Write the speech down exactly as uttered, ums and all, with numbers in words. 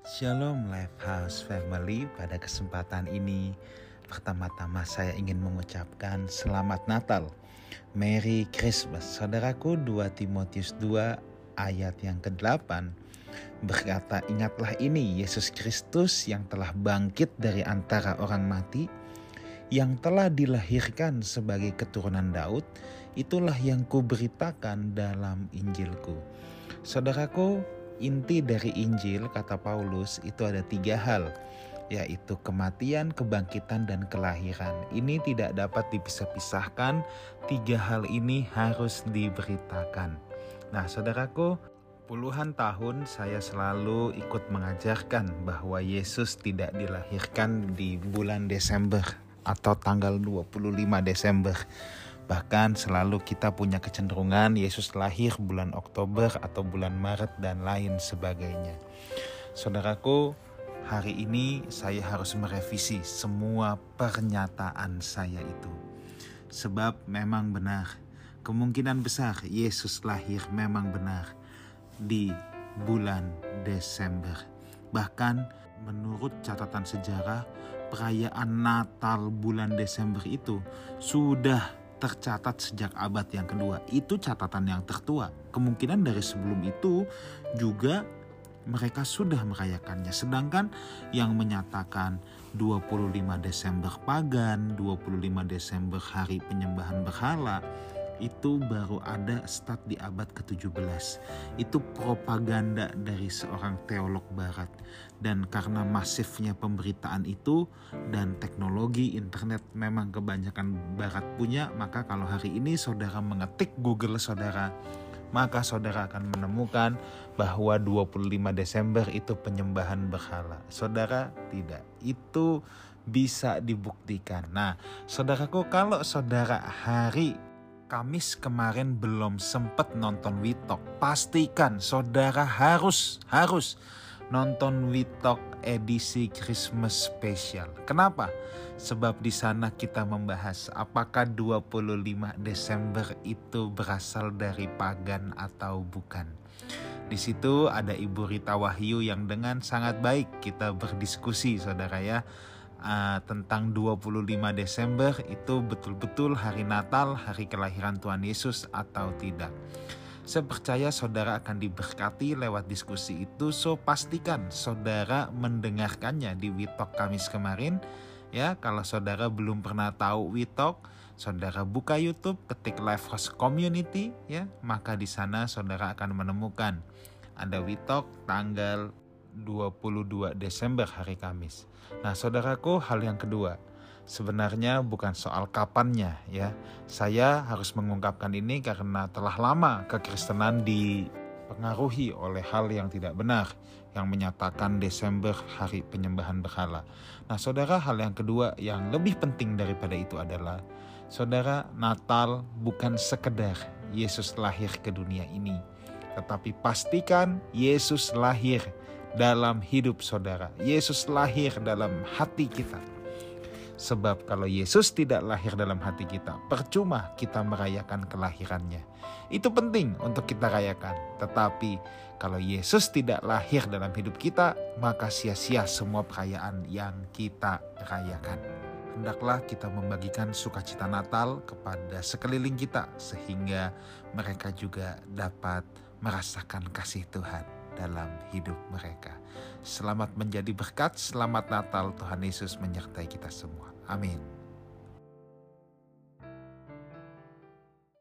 Shalom Lifehouse Family, pada kesempatan ini pertama-tama saya ingin mengucapkan Selamat Natal, Merry Christmas. Saudaraku, dua Timotius dua ayat yang kedelapan berkata, ingatlah ini Yesus Kristus yang telah bangkit dari antara orang mati, yang telah dilahirkan sebagai keturunan Daud, itulah yang kuberitakan dalam Injilku. Saudaraku, inti dari Injil, kata Paulus, itu ada tiga hal, yaitu kematian, kebangkitan, dan kelahiran. Ini tidak dapat dipisah-pisahkan, tiga hal ini harus diberitakan. Nah, saudaraku, puluhan tahun saya selalu ikut mengajarkan bahwa Yesus tidak dilahirkan di bulan Desember atau tanggal dua puluh lima Desember. Bahkan selalu kita punya kecenderungan Yesus lahir bulan Oktober atau bulan Maret dan lain sebagainya. Saudaraku, hari ini saya harus merevisi semua pernyataan saya itu. Sebab memang benar, kemungkinan besar Yesus lahir memang benar di bulan Desember. Bahkan menurut catatan sejarah, perayaan Natal bulan Desember itu sudah tercatat sejak abad yang kedua. Itu catatan yang tertua. Kemungkinan dari sebelum itu juga mereka sudah merayakannya. Sedangkan yang menyatakan dua puluh lima Desember pagan, dua puluh lima Desember hari penyembahan berhala, itu baru ada start di abad ke tujuh belas. Itu propaganda dari seorang teolog barat. Dan karena masifnya pemberitaan itu dan teknologi internet memang kebanyakan barat punya, maka kalau hari ini saudara mengetik Google saudara, maka saudara akan menemukan bahwa dua puluh lima Desember itu penyembahan berhala. Saudara, tidak. Itu bisa dibuktikan. Nah, saudaraku, kalau saudara hari Kamis kemarin belum sempat nonton Witalk, pastikan saudara harus harus nonton Witalk edisi Christmas Special. Kenapa? Sebab di sana kita membahas apakah dua puluh lima Desember itu berasal dari pagan atau bukan. Di situ ada Ibu Rita Wahyu yang dengan sangat baik kita berdiskusi, saudara ya. Uh, tentang dua puluh lima Desember itu betul-betul hari Natal, hari kelahiran Tuhan Yesus atau tidak. Saya percaya saudara akan diberkati lewat diskusi itu, so pastikan saudara mendengarkannya di Witalk Kamis kemarin. Ya, kalau saudara belum pernah tahu Witalk, saudara buka YouTube, ketik Lifehouse Community, ya, maka di sana saudara akan menemukan ada Witalk tanggal dua puluh dua Desember hari Kamis. Nah, saudaraku, hal yang kedua, sebenarnya bukan soal kapannya ya. Saya harus mengungkapkan ini karena telah lama kekristenan dipengaruhi oleh hal yang tidak benar yang menyatakan Desember hari penyembahan berhala. Nah, saudara, hal yang kedua yang lebih penting daripada itu adalah, saudara, Natal bukan sekedar Yesus lahir ke dunia ini, tetapi pastikan Yesus lahir dalam hidup saudara. Yesus lahir dalam hati kita. Sebab kalau Yesus tidak lahir dalam hati kita, percuma kita merayakan kelahirannya. Itu penting untuk kita rayakan. Tetapi kalau Yesus tidak lahir dalam hidup kita, maka sia-sia semua perayaan yang kita rayakan. Hendaklah kita membagikan sukacita Natal kepada sekeliling kita, sehingga mereka juga dapat merasakan kasih Tuhan dalam hidup mereka. Selamat menjadi berkat, selamat Natal, Tuhan Yesus menyertai kita semua. Amin.